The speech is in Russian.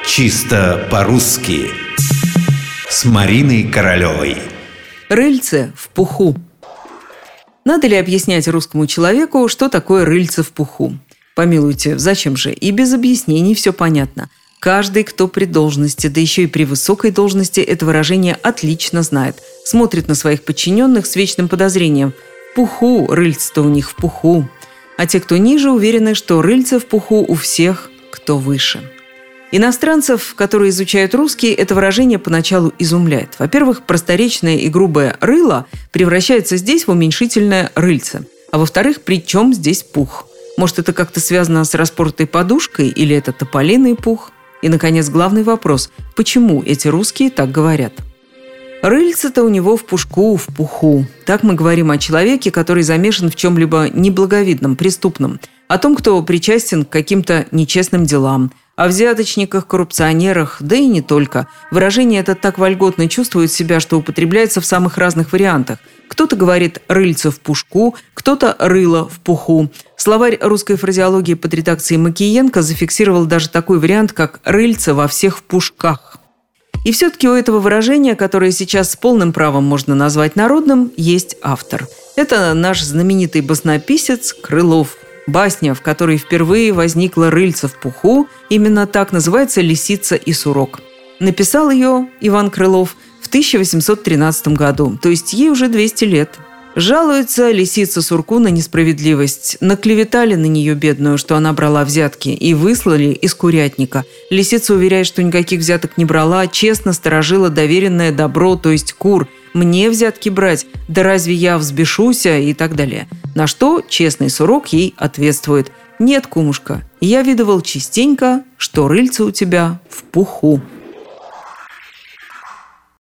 Чисто по-русски с Мариной Королевой. Рыльце в пуху. Надо ли объяснять русскому человеку, что такое рыльце в пуху? Помилуйте, зачем же? И без объяснений все понятно. Каждый, кто при должности, да еще и при высокой должности, это выражение отлично знает. Смотрит на своих подчиненных с вечным подозрением. В пуху, рыльце-то у них в пуху. А те, кто ниже, уверены, что рыльце в пуху у всех, кто выше. Иностранцев, которые изучают русский, это выражение поначалу изумляет. Во-первых, просторечное и грубое «рыло» превращается здесь в уменьшительное «рыльце». А во-вторых, при чем здесь пух? Может, это как-то связано с распоротой подушкой или это тополиный пух? И, наконец, главный вопрос – почему эти русские так говорят? Рыльце-то у него в пушку, в пуху. Так мы говорим о человеке, который замешан в чем-либо неблаговидном, преступном, о том, кто причастен к каким-то нечестным делам, о взяточниках, коррупционерах, да и не только. Выражение это так вольготно чувствует себя, что употребляется в самых разных вариантах. Кто-то говорит «рыльце в пушку», кто-то «рыло в пуху». Словарь русской фразеологии под редакцией Макиенко зафиксировал даже такой вариант, как «рыльце во всех пушках». И все-таки у этого выражения, которое сейчас с полным правом можно назвать народным, есть автор. Это наш знаменитый баснописец Крылов. Басня, в которой впервые возникла рыльце в пуху, именно так называется «Лисица и сурок». Написал ее Иван Крылов в 1813 году, то есть ей уже 200 лет. Жалуется лисица сурку на несправедливость. Наклеветали на нее бедную, что она брала взятки, и выслали из курятника. Лисица уверяет, что никаких взяток не брала, честно сторожила доверенное добро, то есть кур. «Мне взятки брать? Да разве я взбешуся?» и так далее. На что честный сурок ей ответствует: «Нет, кумушка, я видывал частенько, что рыльце у тебя в пуху».